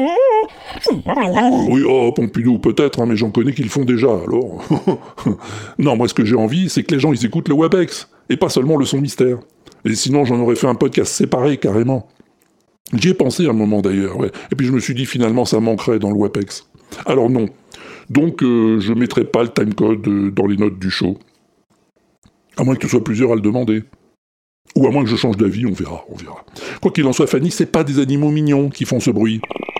Oui, oh, Pompidou, peut-être, hein, mais j'en connais qui le font déjà, alors... Non, moi, ce que j'ai envie, c'est que les gens, ils écoutent le WAPEX, et pas seulement le son mystère. Et sinon, j'en aurais fait un podcast séparé, carrément. J'y ai pensé un moment, d'ailleurs, ouais. Et puis je me suis dit, finalement, ça manquerait dans le WAPEX. Alors non. Donc, euh, je mettrai pas le timecode euh, dans les notes du show. À moins que tu sois plusieurs à le demander. Ou à moins que je change d'avis, on verra, on verra. Quoi qu'il en soit, Fanny, c'est pas des animaux mignons qui font ce bruit.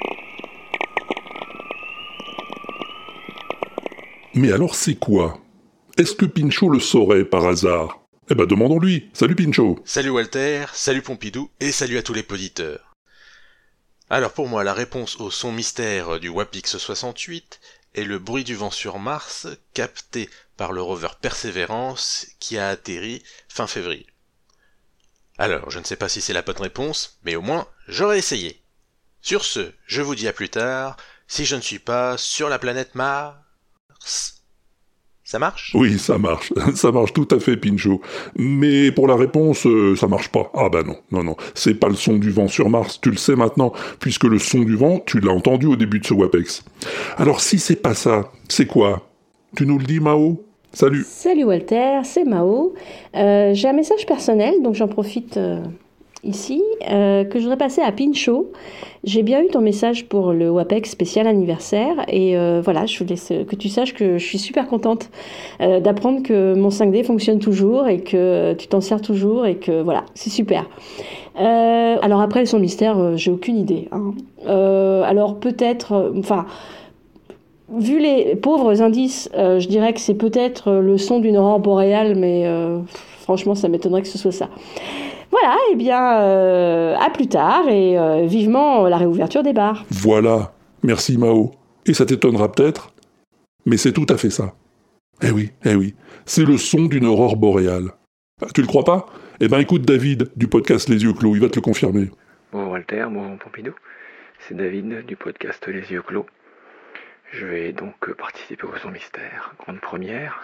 Mais alors c'est quoi? Est-ce que Pinchot le saurait par hasard? Eh ben demandons-lui. Salut Pinchot. Salut Walter, salut Pompidou, et salut à tous les poditeurs. Alors pour moi, la réponse au son mystère du WAPEX soixante-huit est le bruit du vent sur Mars, capté par le rover Perseverance qui a atterri fin février. Alors, je ne sais pas si c'est la bonne réponse, mais au moins, j'aurais essayé. Sur ce, je vous dis à plus tard, si je ne suis pas sur la planète Mars. Ça marche? Oui, ça marche. Ça marche tout à fait, Pinchot. Mais pour la réponse, euh, ça marche pas. Ah bah non, non, non. C'est pas le son du vent sur Mars, tu le sais maintenant, puisque le son du vent, tu l'as entendu au début de ce WAPEX. Alors si c'est pas ça, c'est quoi? Tu nous le dis, Mao? Salut. Salut Walter, c'est Mao. Euh, j'ai un message personnel, donc j'en profite euh, ici, euh, que je voudrais passer à Pinchot. J'ai bien eu ton message pour le WAPEX spécial anniversaire, et euh, voilà, je voulais que tu saches que je suis super contente euh, d'apprendre que mon cinq D fonctionne toujours, et que tu t'en sers toujours, et que voilà, c'est super. Euh, alors après, le son mystère, euh, j'ai aucune idée. Hein. Euh, alors peut-être, enfin... Euh, Vu les pauvres indices, euh, je dirais que c'est peut-être le son d'une aurore boréale, mais euh, franchement, ça m'étonnerait que ce soit ça. Voilà, et eh bien, euh, à plus tard, et euh, vivement la réouverture des bars. Voilà, merci Mao. Et ça t'étonnera peut-être, mais c'est tout à fait ça. Eh oui, eh oui, c'est le son d'une aurore boréale. Ah, tu le crois pas? Eh ben écoute David, du podcast Les Yeux Clos, il va te le confirmer. Bon Walter, bon Pompidou, c'est David du podcast Les Yeux Clos. Je vais donc participer au son mystère, grande première.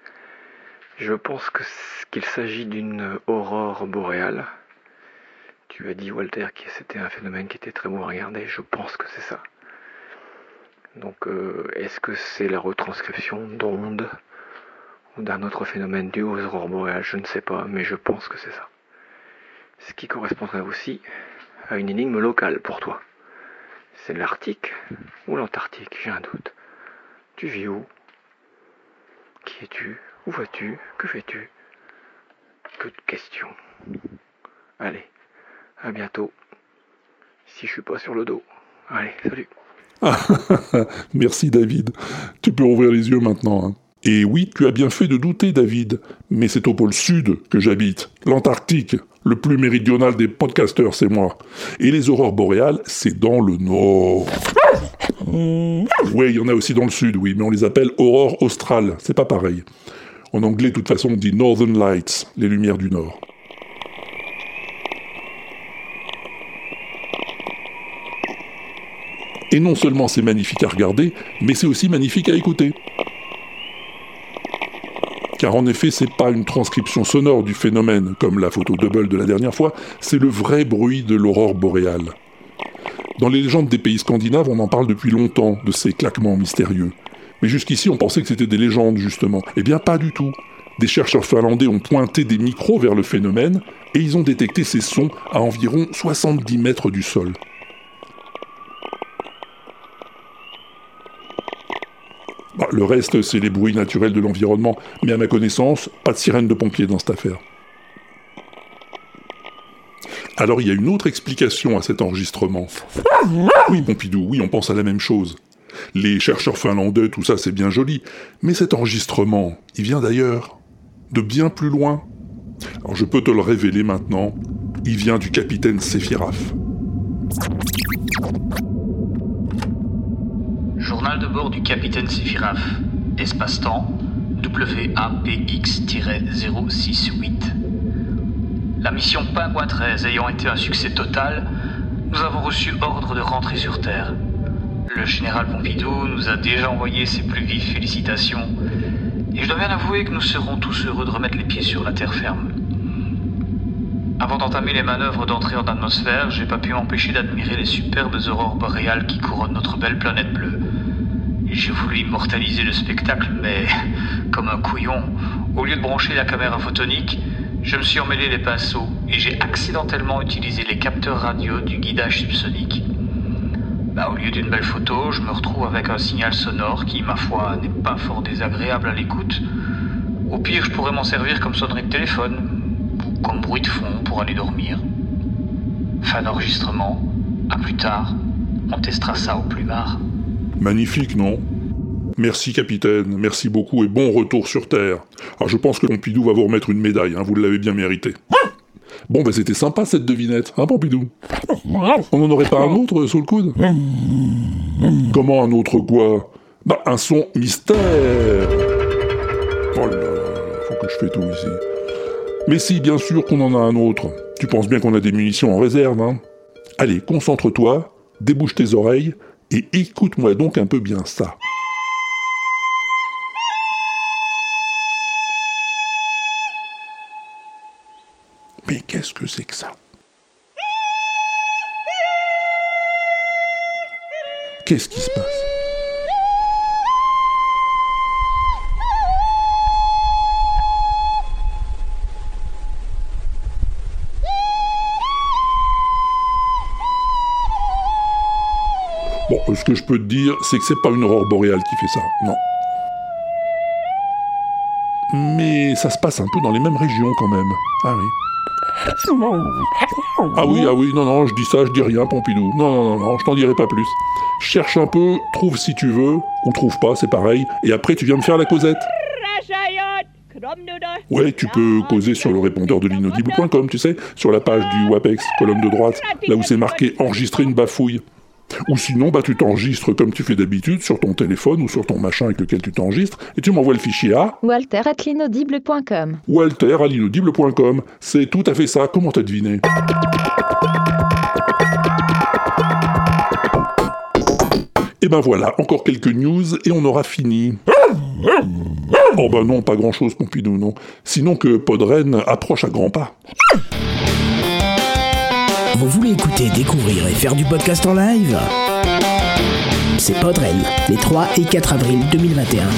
Je pense que qu'il s'agit d'une aurore boréale. Tu as dit, Walter, que c'était un phénomène qui était très beau à regarder. Je pense que c'est ça. Donc, euh, est-ce que c'est la retranscription d'ondes ou d'un autre phénomène dû aux aurores boréales? Je ne sais pas, mais je pense que c'est ça. Ce qui correspondrait aussi à une énigme locale pour toi. C'est l'Arctique ou l'Antarctique? J'ai un doute. Tu vis où? Qui es-tu? Où vas-tu? Que fais-tu? Que de questions. Allez, à bientôt. Si je suis pas sur le dos. Allez, salut. Merci David. Tu peux ouvrir les yeux maintenant. Hein. Et oui, tu as bien fait de douter, David. Mais c'est au pôle sud que j'habite, l'Antarctique. Le plus méridional des podcasteurs, c'est moi. Et les aurores boréales, c'est dans le nord. Oui, il y en a aussi dans le sud, oui, mais on les appelle aurores australes. C'est pas pareil. En anglais, de toute façon, on dit Northern Lights, les lumières du nord. Et non seulement c'est magnifique à regarder, mais c'est aussi magnifique à écouter. Car en effet, c'est pas une transcription sonore du phénomène, comme la photo double de la dernière fois, c'est le vrai bruit de l'aurore boréale. Dans les légendes des pays scandinaves, on en parle depuis longtemps, de ces claquements mystérieux. Mais jusqu'ici, on pensait que c'était des légendes, justement. Eh bien, pas du tout. Des chercheurs finlandais ont pointé des micros vers le phénomène et ils ont détecté ces sons à environ soixante-dix mètres du sol. Bah, le reste, c'est les bruits naturels de l'environnement, mais à ma connaissance, pas de sirène de pompiers dans cette affaire. Alors il y a une autre explication à cet enregistrement. Oui, Pompidou, oui, on pense à la même chose. Les chercheurs finlandais, tout ça, c'est bien joli, mais cet enregistrement, il vient d'ailleurs, de bien plus loin. Alors je peux te le révéler maintenant, il vient du capitaine Séphiraf. Journal de bord du capitaine Séphiraf. Espace-temps W A P X zéro six huit. La mission Pingouin treize ayant été un succès total, nous avons reçu ordre de rentrer sur Terre. Le général Pompidou nous a déjà envoyé ses plus vives félicitations, et je dois bien avouer que nous serons tous heureux de remettre les pieds sur la terre ferme. Avant d'entamer les manœuvres d'entrée en atmosphère, j'ai pas pu m'empêcher d'admirer les superbes aurores boréales qui couronnent notre belle planète bleue. J'ai voulu immortaliser le spectacle, mais comme un couillon, au lieu de brancher la caméra photonique, je me suis emmêlé les pinceaux et j'ai accidentellement utilisé les capteurs radio du guidage subsonique. Bah, au lieu d'une belle photo, je me retrouve avec un signal sonore qui, ma foi, n'est pas fort désagréable à l'écoute. Au pire, je pourrais m'en servir comme sonnerie de téléphone, ou comme bruit de fond pour aller dormir. Fin d'enregistrement. À plus tard. On testera ça au plumard. Magnifique, non ? Merci, capitaine, merci beaucoup et bon retour sur Terre. Alors je pense que Pompidou va vous remettre une médaille, hein, vous l'avez bien mérité. Bon, bah c'était sympa cette devinette, hein Pompidou ? On n'en aurait pas un autre sous le coude ? Comment un autre quoi ? Bah un son mystère. Oh là là, faut que je fais tout ici. Mais si, bien sûr qu'on en a un autre. Tu penses bien qu'on a des munitions en réserve, hein ? Allez, concentre-toi, débouche tes oreilles et écoute-moi donc un peu bien ça. Mais qu'est-ce que c'est que ça ? Qu'est-ce qui se passe ? Bon, ce que je peux te dire, c'est que c'est pas une aurore boréale qui fait ça, non. Mais ça se passe un peu dans les mêmes régions quand même. Ah oui. Ah oui, ah oui, non, non, je dis ça, je dis rien, Pompidou. Non, non, non, non, je t'en dirai pas plus. Cherche un peu, trouve si tu veux, ou trouve pas, c'est pareil, et après tu viens me faire la causette. Ouais, tu peux causer sur le répondeur de l'inaudible point com, tu sais, sur la page du WAPEX, colonne de droite, là où c'est marqué « Enregistrer une bafouille ». Ou sinon, bah tu t'enregistres comme tu fais d'habitude sur ton téléphone ou sur ton machin avec lequel tu t'enregistres et tu m'envoies le fichier à Walter at l'inaudible point com. Walter à l'inaudible point com. C'est tout à fait ça. Comment t'as deviné ? Et ben voilà, encore quelques news et on aura fini. Oh bah non, pas grand chose, Pompidou, non. Sinon que Podren approche à grands pas. Vous voulez écouter, découvrir et faire du podcast en live ? C'est Podren, les trois et quatre avril deux mille vingt et un.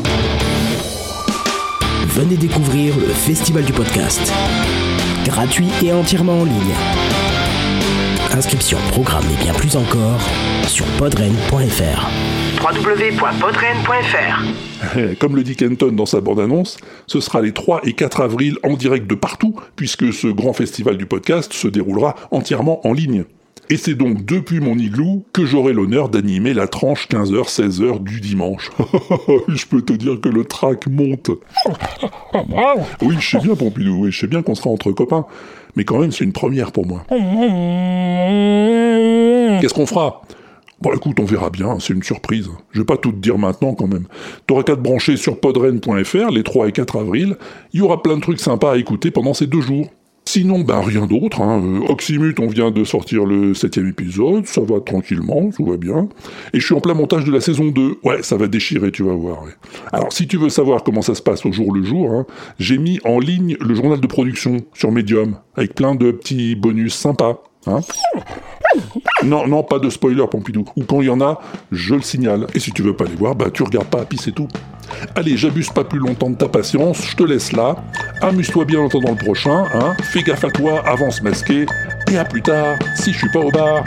Venez découvrir le Festival du podcast. Gratuit et entièrement en ligne. Inscription, programme et bien plus encore sur podren point f r. w w w point podren point f r. Comme le dit Kenton dans sa bande-annonce, ce sera les trois et quatre avril en direct de partout, puisque ce grand festival du podcast se déroulera entièrement en ligne. Et c'est donc depuis mon igloo que j'aurai l'honneur d'animer la tranche quinze heures seize heures du dimanche. Je peux te dire que le trac monte. Oui, je sais bien, Pompidou, oui, je sais bien qu'on sera entre copains, mais quand même c'est une première pour moi. Qu'est-ce qu'on fera ? Bon écoute, on verra bien, c'est une surprise. Je vais pas tout te dire maintenant quand même. T'auras qu'à te brancher sur podren point f r les trois et quatre avril, il y aura plein de trucs sympas à écouter pendant ces deux jours. Sinon, ben rien d'autre, hein. Euh, Oxymute, on vient de sortir le septième épisode, ça va tranquillement, tout va bien. Et je suis en plein montage de la saison deux. Ouais, ça va déchirer, tu vas voir. Ouais. Alors, si tu veux savoir comment ça se passe au jour le jour, hein, j'ai mis en ligne le journal de production sur Medium, avec plein de petits bonus sympas. Hein. Non, non, pas de spoiler, Pompidou. Ou quand il y en a, je le signale. Et si tu veux pas les voir, bah tu regardes pas, puis c'est tout. Allez, j'abuse pas plus longtemps de ta patience, je te laisse là. Amuse-toi bien en attendant le prochain, hein. Fais gaffe à toi, avance masqué. Et à plus tard, si je suis pas au bar.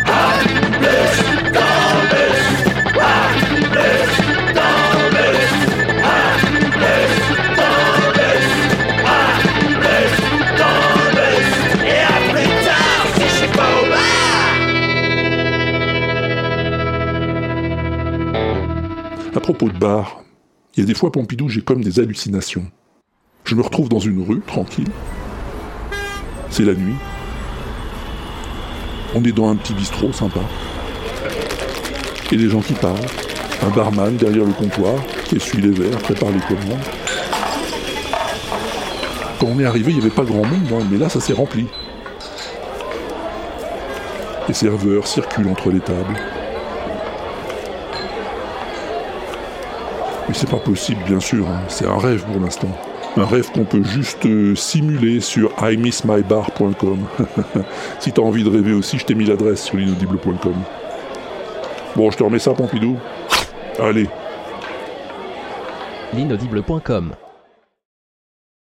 À propos de bar, il y a des fois, Pompidou, j'ai comme des hallucinations. Je me retrouve dans une rue, tranquille. C'est la nuit. On est dans un petit bistrot sympa. Et des gens qui parlent. Un barman derrière le comptoir, qui essuie les verres, prépare les commandes. Quand on est arrivé, il n'y avait pas grand monde, hein, mais là, ça s'est rempli. Les serveurs circulent entre les tables. Mais c'est pas possible, bien sûr, hein. C'est un rêve pour l'instant. Un rêve qu'on peut juste euh, simuler sur i miss my bar point com. Si t'as envie de rêver aussi, je t'ai mis l'adresse sur l'inaudible point com. Bon, je te remets ça, Pompidou. Allez. l'inaudible point com